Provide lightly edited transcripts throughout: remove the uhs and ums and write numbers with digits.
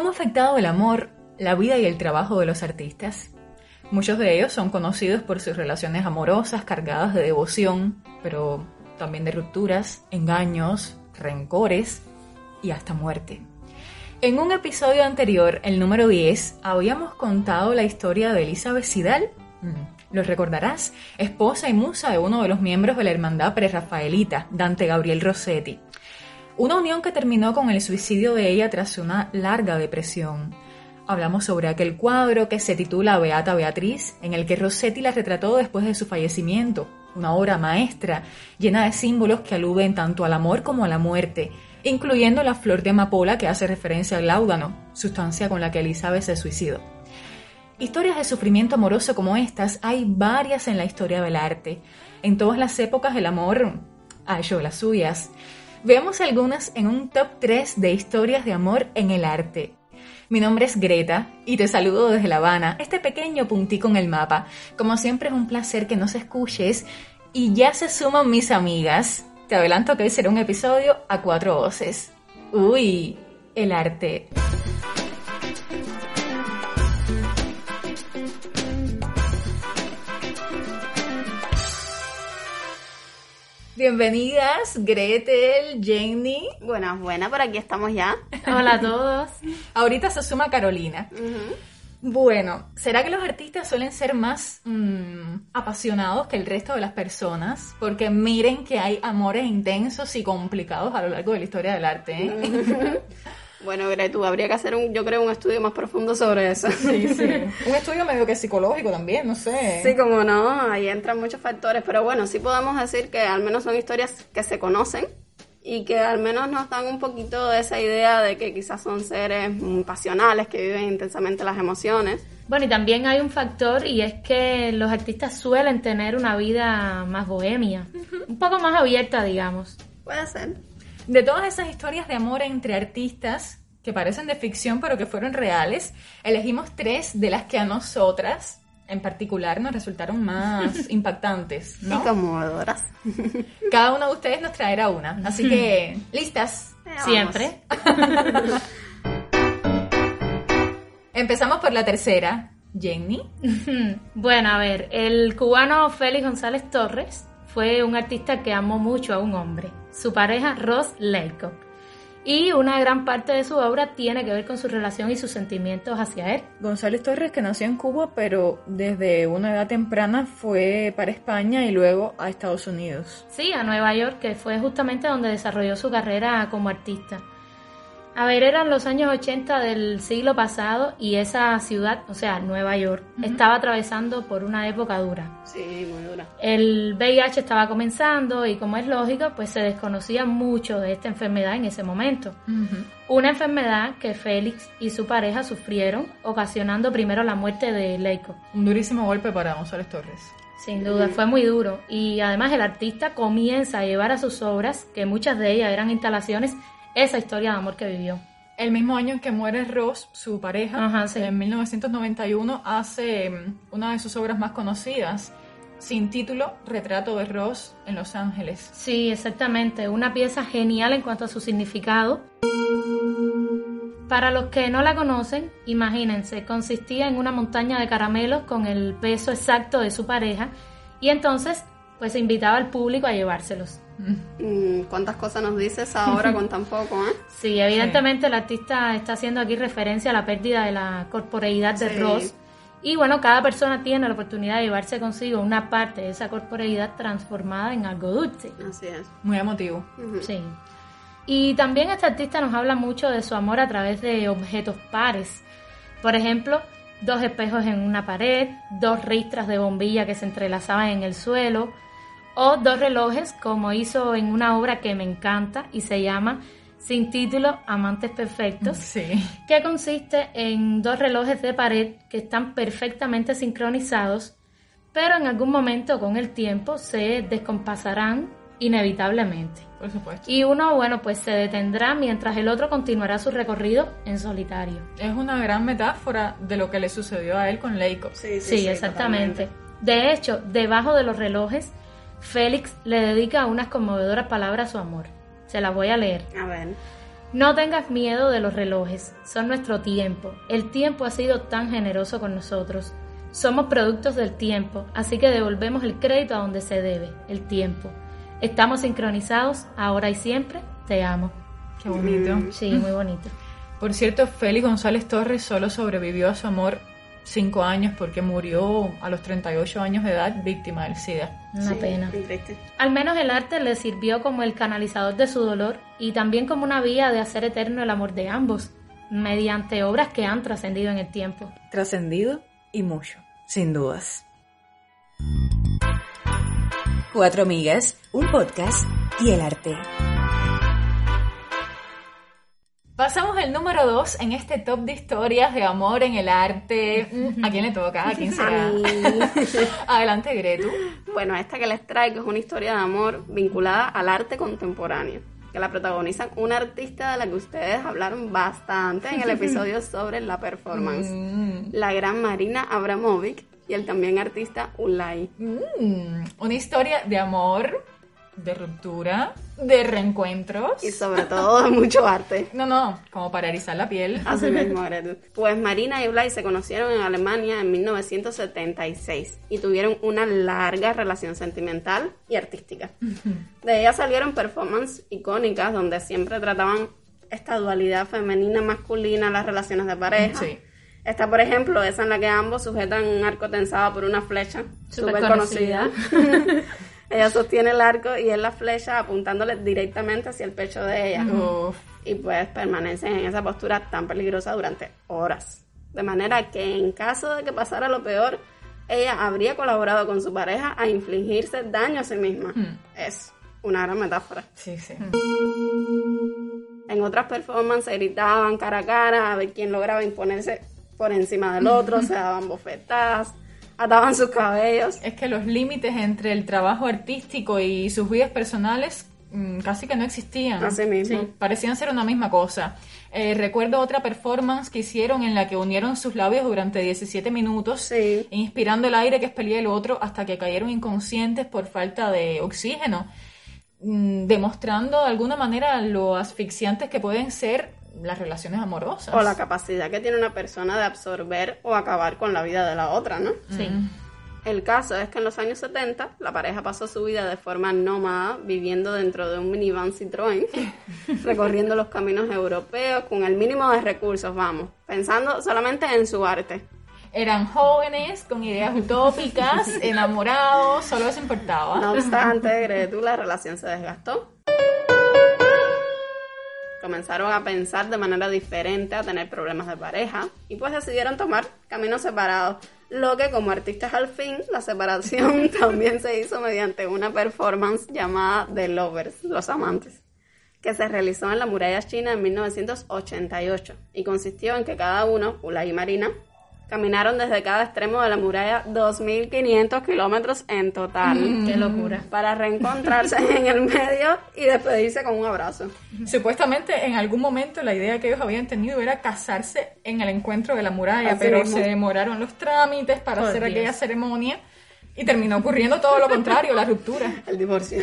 ¿Cómo ha afectado el amor, la vida y el trabajo de los artistas? Muchos de ellos son conocidos por sus relaciones amorosas cargadas de devoción, pero también de rupturas, engaños, rencores y hasta muerte. En un episodio anterior, el número 10, habíamos contado la historia de Elizabeth Sidal. Lo recordarás, esposa y musa de uno de los miembros de la hermandad prerrafaelita, Dante Gabriel Rossetti. Una unión que terminó con el suicidio de ella tras una larga depresión. Hablamos sobre aquel cuadro que se titula Beata Beatriz, en el que Rossetti la retrató después de su fallecimiento. Una obra maestra, llena de símbolos que aluden tanto al amor como a la muerte, incluyendo la flor de amapola que hace referencia al láudano, sustancia con la que Elizabeth se suicidó. Historias de sufrimiento amoroso como estas hay varias en la historia del arte. En todas las épocas el amor ha hecho las suyas. Veamos algunas en un top 3 de historias de amor en el arte. Mi nombre es Greta y te saludo desde La Habana, este pequeño puntico en el mapa. Como siempre es un placer que nos escuches y ya se suman mis amigas. Te adelanto que hoy será un episodio a 4 voces. ¡Uy! El arte. Bienvenidas, Gretel, Jenny. Buenas, por aquí estamos ya. Hola a todos. Ahorita se suma Carolina. Bueno, ¿será que los artistas suelen ser más apasionados que el resto de las personas? Porque miren que hay amores intensos y complicados a lo largo de la historia del arte, ¿eh? Bueno, Gretu, habría que hacer un estudio más profundo sobre eso. Sí. Un estudio medio que psicológico también, no sé. Sí, como no, ahí entran muchos factores, pero bueno, sí podemos decir que al menos son historias que se conocen y que al menos nos dan un poquito de esa idea de que quizás son seres pasionales que viven intensamente las emociones. Bueno, y también hay un factor y es que los artistas suelen tener una vida más bohemia, un poco más abierta, digamos. Puede ser. De todas esas historias de amor entre artistas que parecen de ficción pero que fueron reales, elegimos 3 de las que a nosotras en particular nos resultaron más impactantes, ¿no? Y conmovedoras. Cada uno de ustedes nos traerá una, así que ¿listas? Siempre. Empezamos por la tercera. Jenny. Bueno, a ver, el cubano Félix González Torres fue un artista que amó mucho a un hombre, su pareja Ross Laycock, y una gran parte de su obra tiene que ver con su relación y sus sentimientos hacia él. González Torres, que nació en Cuba, pero desde una edad temprana fue para España y luego a Estados Unidos. Sí, a Nueva York, que fue justamente donde desarrolló su carrera como artista. A ver, eran los años 80 del siglo pasado y esa ciudad, o sea, Nueva York, estaba atravesando por una época dura. Sí, muy dura. El VIH estaba comenzando y, como es lógico, pues se desconocía mucho de esta enfermedad en ese momento. Una enfermedad que Félix y su pareja sufrieron, ocasionando primero la muerte de Laycock. Un durísimo golpe para González Torres. Sin duda, fue muy duro. Y además el artista comienza a llevar a sus obras, que muchas de ellas eran instalaciones, esa historia de amor que vivió. El mismo año en que muere Ross, su pareja, sí. En 1991, hace una de sus obras más conocidas, sin título, Retrato de Ross en Los Ángeles. Sí, exactamente. Una pieza genial en cuanto a su significado. Para los que no la conocen, imagínense, consistía en una montaña de caramelos con el peso exacto de su pareja y entonces pues se invitaba al público a llevárselos. ¿Cuántas cosas nos dices ahora con tan poco, eh? Sí, evidentemente el artista está haciendo aquí referencia a la pérdida de la corporeidad de Ross. Y bueno, cada persona tiene la oportunidad de llevarse consigo una parte de esa corporeidad transformada en algo dulce. Así es. Muy emotivo. Sí. Y también este artista nos habla mucho de su amor a través de objetos pares. Por ejemplo, 2 espejos en una pared, 2 ristras de bombilla que se entrelazaban en el suelo, o 2 relojes, como hizo en una obra que me encanta y se llama Sin título, Amantes Perfectos, que consiste en 2 relojes de pared que están perfectamente sincronizados, pero en algún momento con el tiempo se descompasarán inevitablemente. Por supuesto. Y uno, bueno, pues se detendrá mientras el otro continuará su recorrido en solitario. Es una gran metáfora de lo que le sucedió a él con Laycock. Sí, exactamente. Totalmente. De hecho, debajo de los relojes, Félix le dedica unas conmovedoras palabras a su amor. Se las voy a leer. A ver. No tengas miedo de los relojes, son nuestro tiempo. El tiempo ha sido tan generoso con nosotros. Somos productos del tiempo, así que devolvemos el crédito a donde se debe, el tiempo. Estamos sincronizados, ahora y siempre, te amo. Qué bonito. Sí, muy bonito. Por cierto, Félix González Torres solo sobrevivió a su amor 5 años porque murió a los 38 años de edad víctima del SIDA. Una pena. Muy triste. Al menos el arte le sirvió como el canalizador de su dolor y también como una vía de hacer eterno el amor de ambos, mediante obras que han trascendido en el tiempo. Trascendido y mucho, sin dudas. 4 amigas, un podcast y el arte. Pasamos al número 2 en este top de historias de amor en el arte. ¿A quién le toca? ¿A quién será? A mí. Adelante, Gretu. Bueno, esta que les traigo es una historia de amor vinculada al arte contemporáneo, que la protagonizan una artista de la que ustedes hablaron bastante en el episodio sobre la performance, la gran Marina Abramovic y el también artista Ulay. Una historia de amor, de ruptura, de reencuentros. Y sobre todo de mucho arte. No, como para erizar la piel. Así mismo, Gretu. Pues Marina y Ulay se conocieron en Alemania en 1976 y tuvieron una larga relación sentimental y artística. De ella salieron performances icónicas donde siempre trataban esta dualidad femenina-masculina en las relaciones de pareja. Sí. Esta, por ejemplo, esa en la que ambos sujetan un arco tensado por una flecha Súper súper conocida. Ella sostiene el arco y él la flecha apuntándole directamente hacia el pecho de ella. Uf. Y pues permanecen en esa postura tan peligrosa durante horas. De manera que en caso de que pasara lo peor, ella habría colaborado con su pareja a infligirse daño a sí misma. Es una gran metáfora. Sí, sí. En otras performances gritaban cara a cara a ver quién lograba imponerse por encima del otro, se daban bofetadas, ataban sus cabellos. Es que los límites entre el trabajo artístico y sus vidas personales casi que no existían. Así mismo. Sí, parecían ser una misma cosa. Recuerdo otra performance que hicieron en la que unieron sus labios durante 17 minutos, Sí. inspirando el aire que expelía el otro hasta que cayeron inconscientes por falta de oxígeno, demostrando de alguna manera lo asfixiantes que pueden ser las relaciones amorosas. O la capacidad que tiene una persona de absorber o acabar con la vida de la otra, ¿no? Sí. El caso es que en los años 70 la pareja pasó su vida de forma nómada, viviendo dentro de un minivan Citroën, recorriendo los caminos europeos con el mínimo de recursos, vamos, pensando solamente en su arte. Eran jóvenes, con ideas utópicas, enamorados, solo les importaba. No obstante, Gretu, la relación se desgastó. Comenzaron a pensar de manera diferente, a tener problemas de pareja y pues decidieron tomar caminos separados. Lo que como artistas al fin, la separación también se hizo mediante una performance llamada The Lovers, Los Amantes, que se realizó en la muralla china en 1988 y consistió en que cada uno, Ulay y Marina, caminaron desde cada extremo de la muralla 2.500 kilómetros en total. Qué locura. Para reencontrarse en el medio y despedirse con un abrazo. Supuestamente en algún momento la idea que ellos habían tenido era casarse en el encuentro de la muralla, Así pero mismo. se demoraron los trámites para Por hacer Dios. aquella ceremonia y terminó ocurriendo todo lo contrario, la ruptura. El divorcio.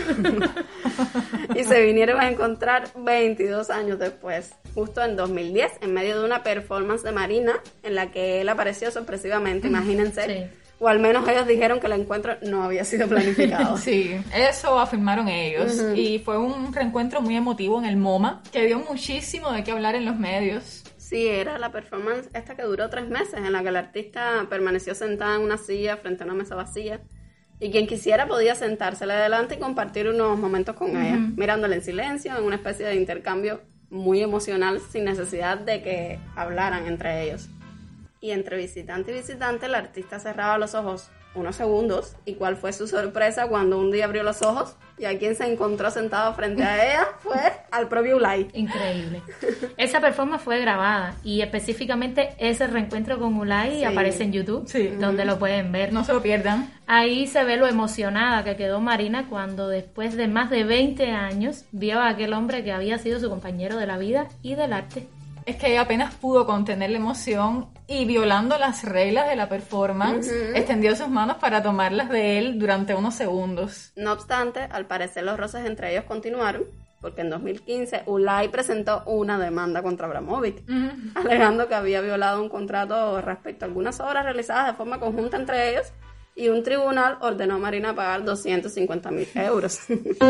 Y se vinieron a encontrar 22 años después, justo en 2010, en medio de una performance de Marina en la que él apareció sorpresivamente, imagínense. Sí. O al menos ellos dijeron que el encuentro no había sido planificado. Sí, eso afirmaron ellos. Y fue un reencuentro muy emotivo en el MoMA, que dio muchísimo de qué hablar en los medios. Sí, era la performance esta que duró 3 meses, en la que la artista permaneció sentada en una silla frente a una mesa vacía. Y quien quisiera podía sentársele adelante y compartir unos momentos con ella, mirándola en silencio, en una especie de intercambio muy emocional, sin necesidad de que hablaran entre ellos. Y entre visitante y visitante, la artista cerraba los ojos unos segundos. ¿Y cuál fue su sorpresa cuando un día abrió los ojos y a quien se encontró sentado frente a ella fue al propio Ulay? Increíble. Esa performance fue grabada y específicamente ese reencuentro con Ulay Sí. aparece en YouTube, Sí. donde lo pueden ver. No se lo pierdan. Ahí se ve lo emocionada que quedó Marina cuando después de más de 20 años vio a aquel hombre que había sido su compañero de la vida y del arte. Es que ella apenas pudo contener la emoción y, violando las reglas de la performance, extendió sus manos para tomarlas de él durante unos segundos. No obstante, al parecer los roces entre ellos continuaron porque en 2015 Ulay presentó una demanda contra Abramovich, alegando que había violado un contrato respecto a algunas obras realizadas de forma conjunta entre ellos, y un tribunal ordenó a Marina pagar 250.000 euros.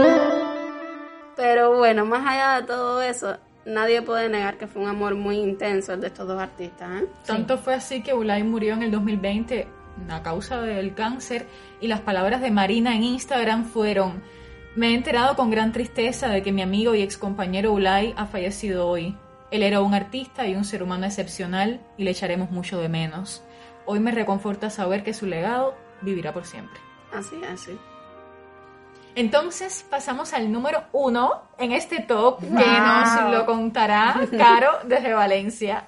Pero bueno, más allá de todo eso, nadie puede negar que fue un amor muy intenso el de estos dos artistas, ¿eh? Tanto fue así que Ulay murió en el 2020 a causa del cáncer, y las palabras de Marina en Instagram fueron: me he enterado con gran tristeza de que mi amigo y excompañero Ulay ha fallecido hoy. Él era un artista y un ser humano excepcional y le echaremos mucho de menos. Hoy me reconforta saber que su legado vivirá por siempre. Así, así. Entonces pasamos al número 1 en este top, que nos lo contará Caro desde Valencia.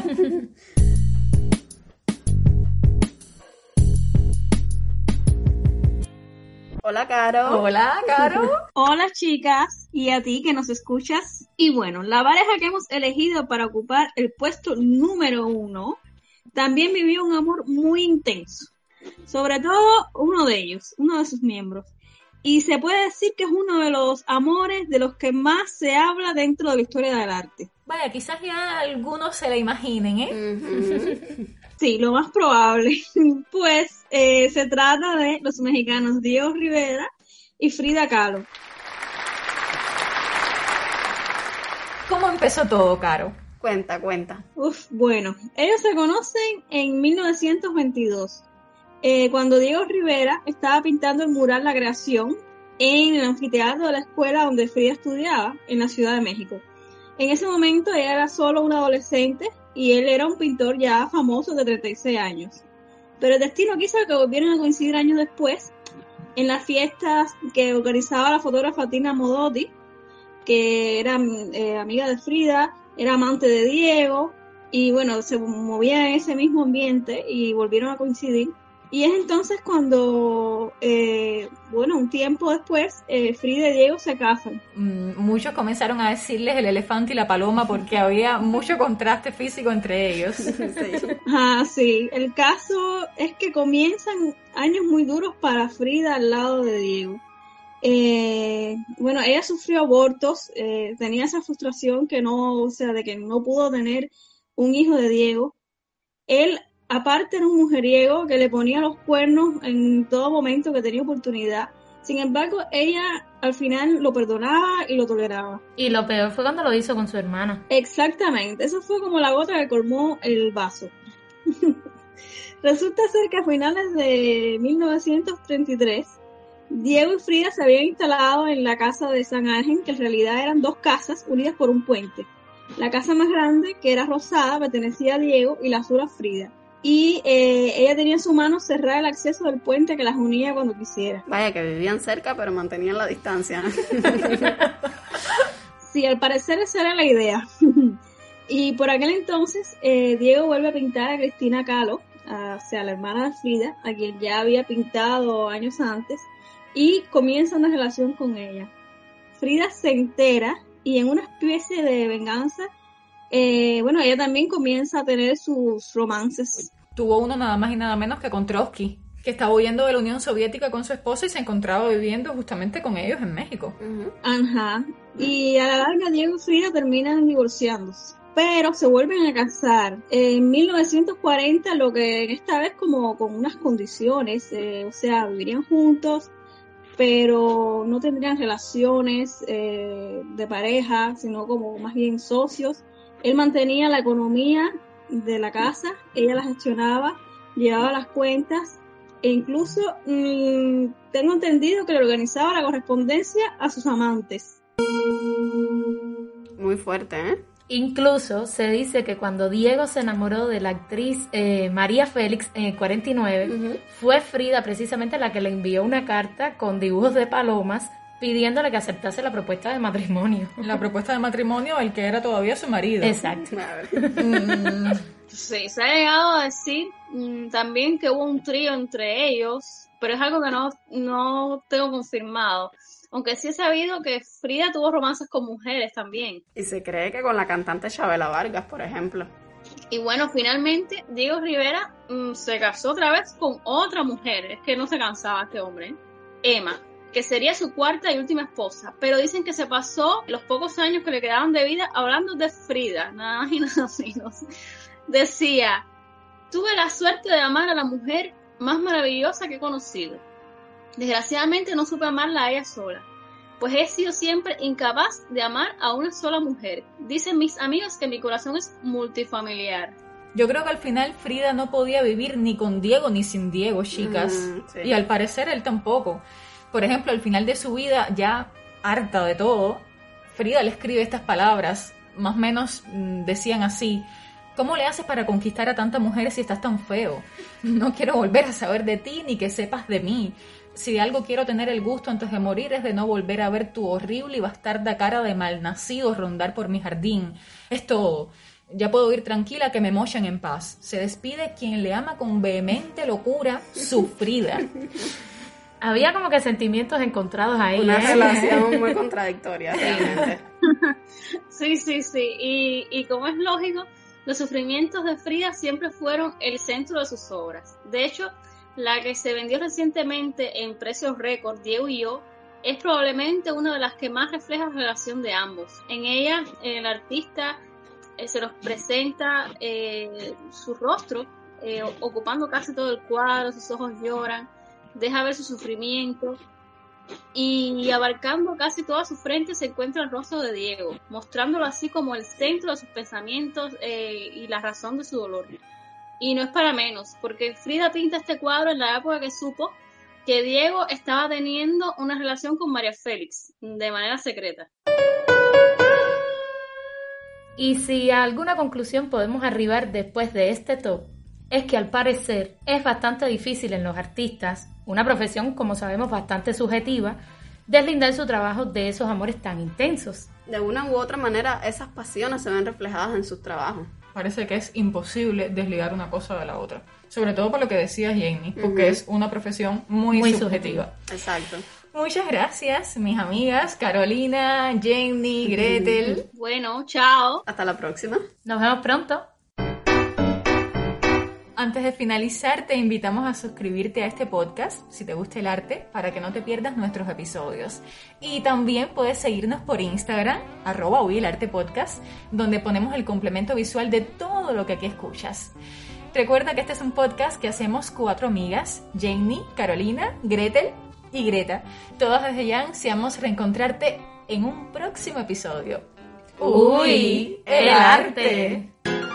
Hola, Caro. Hola, Caro. Hola, chicas, y a ti que nos escuchas. Y bueno, la pareja que hemos elegido para ocupar el puesto número 1 también vivió un amor muy intenso. Sobre todo uno de ellos, uno de sus miembros. Y se puede decir que es uno de los amores de los que más se habla dentro de la historia del arte. Vaya, quizás ya algunos se la imaginen, ¿eh? Sí, lo más probable. Pues se trata de los mexicanos Diego Rivera y Frida Kahlo. ¿Cómo empezó todo, Caro? Cuenta. Bueno, ellos se conocen en 1922. Cuando Diego Rivera estaba pintando el mural La Creación en el anfiteatro de la escuela donde Frida estudiaba, en la Ciudad de México. En ese momento ella era solo una adolescente y él era un pintor ya famoso de 36 años. Pero el destino quiso que volvieran a coincidir años después en las fiestas que organizaba la fotógrafa Tina Modotti, que era amiga de Frida, era amante de Diego, y bueno, se movía en ese mismo ambiente y volvieron a coincidir. Y es entonces cuando, un tiempo después, Frida y Diego se casan. Muchos comenzaron a decirles el elefante y la paloma porque había mucho contraste físico entre ellos. Sí. El caso es que comienzan años muy duros para Frida al lado de Diego. Ella sufrió abortos, tenía esa frustración de que no pudo tener un hijo de Diego. Él, aparte, era un mujeriego que le ponía los cuernos en todo momento que tenía oportunidad. Sin embargo, ella al final lo perdonaba y lo toleraba. Y lo peor fue cuando lo hizo con su hermana. Exactamente, eso fue como la gota que colmó el vaso. Resulta ser que a finales de 1933, Diego y Frida se habían instalado en la casa de San Ángel, que en realidad eran dos casas unidas por un puente. La casa más grande, que era rosada, pertenecía a Diego y la azul a Frida. Y ella tenía en su mano cerrar el acceso del puente que las unía cuando quisiera. Vaya, que vivían cerca, pero mantenían la distancia. Sí, al parecer esa era la idea. Y por aquel entonces, Diego vuelve a pintar a Cristina Kahlo, la hermana de Frida, a quien ya había pintado años antes, y comienza una relación con ella. Frida se entera y en una especie de venganza, ella también comienza a tener sus romances. Tuvo uno nada más y nada menos que con Trotsky, que estaba huyendo de la Unión Soviética con su esposa y se encontraba viviendo justamente con ellos en México. Ajá. Y a la larga Diego y Frida terminan divorciándose, pero se vuelven a casar en 1940, lo que esta vez como con unas condiciones, vivirían juntos, pero no tendrían relaciones de pareja, sino como más bien socios. Él mantenía la economía de la casa, ella la gestionaba, llevaba las cuentas e incluso tengo entendido que le organizaba la correspondencia a sus amantes. Muy fuerte, ¿eh? Incluso se dice que cuando Diego se enamoró de la actriz María Félix en el 49, fue Frida precisamente la que le envió una carta con dibujos de palomas pidiéndole que aceptase la propuesta de matrimonio. La propuesta de matrimonio, el que era todavía su marido. Exacto. Sí, se ha llegado a decir también que hubo un trío entre ellos, pero es algo que no tengo confirmado. Aunque sí he sabido que Frida tuvo romances con mujeres también. Y se cree que con la cantante Chabela Vargas, por ejemplo. Y bueno, finalmente Diego Rivera se casó otra vez con otra mujer. Es que no se cansaba este hombre, Emma. que sería su cuarta y última esposa, pero dicen que se pasó los pocos años que le quedaban de vida hablando de Frida, nada más y nada menos. Decía: tuve la suerte de amar a la mujer más maravillosa que he conocido. Desgraciadamente no supe amarla a ella sola, pues he sido siempre incapaz de amar a una sola mujer. Dicen mis amigos que mi corazón es multifamiliar. Yo creo que al final Frida no podía vivir ni con Diego ni sin Diego, chicas. Sí. Y al parecer él tampoco. Por ejemplo, al final de su vida, ya harta de todo, Frida le escribe estas palabras, más o menos decían así: ¿cómo le haces para conquistar a tanta mujer si estás tan feo? No quiero volver a saber de ti ni que sepas de mí. Si de algo quiero tener el gusto antes de morir es de no volver a ver tu horrible y bastarda cara de malnacido rondar por mi jardín. Es todo. Ya puedo ir tranquila, que me mochan en paz. Se despide quien le ama con vehemente locura, su Frida. Había como que sentimientos encontrados ahí. Una relación muy contradictoria, realmente. Sí. Y como es lógico, los sufrimientos de Frida siempre fueron el centro de sus obras. De hecho, la que se vendió recientemente en precios récord, Diego y yo, es probablemente una de las que más refleja la relación de ambos. En ella, el artista se nos presenta su rostro, ocupando casi todo el cuadro, sus ojos lloran, deja ver su sufrimiento, y abarcando casi toda su frente se encuentra el rostro de Diego, mostrándolo así como el centro de sus pensamientos y la razón de su dolor. Y no es para menos, porque Frida pinta este cuadro en la época que supo que Diego estaba teniendo una relación con María Félix, de manera secreta. Y si a alguna conclusión podemos arribar después de este top, es que al parecer es bastante difícil en los artistas, una profesión como sabemos bastante subjetiva, deslindar su trabajo de esos amores tan intensos. De una u otra manera, esas pasiones se ven reflejadas en sus trabajos. Parece que es imposible desligar una cosa de la otra. Sobre todo por lo que decía Jamie, porque es una profesión muy subjetiva. Exacto. Muchas gracias, mis amigas Carolina, Jamie, Gretel. Bueno, chao. Hasta la próxima. Nos vemos pronto. Antes de finalizar, te invitamos a suscribirte a este podcast, si te gusta el arte, para que no te pierdas nuestros episodios. Y también puedes seguirnos por Instagram, @hoyelartepodcast, donde ponemos el complemento visual de todo lo que aquí escuchas. Recuerda que este es un podcast que hacemos 4 amigas, Jamie, Carolina, Gretel y Greta. Todas desde ya ansiamos reencontrarte en un próximo episodio. ¡Uy! ¡El arte!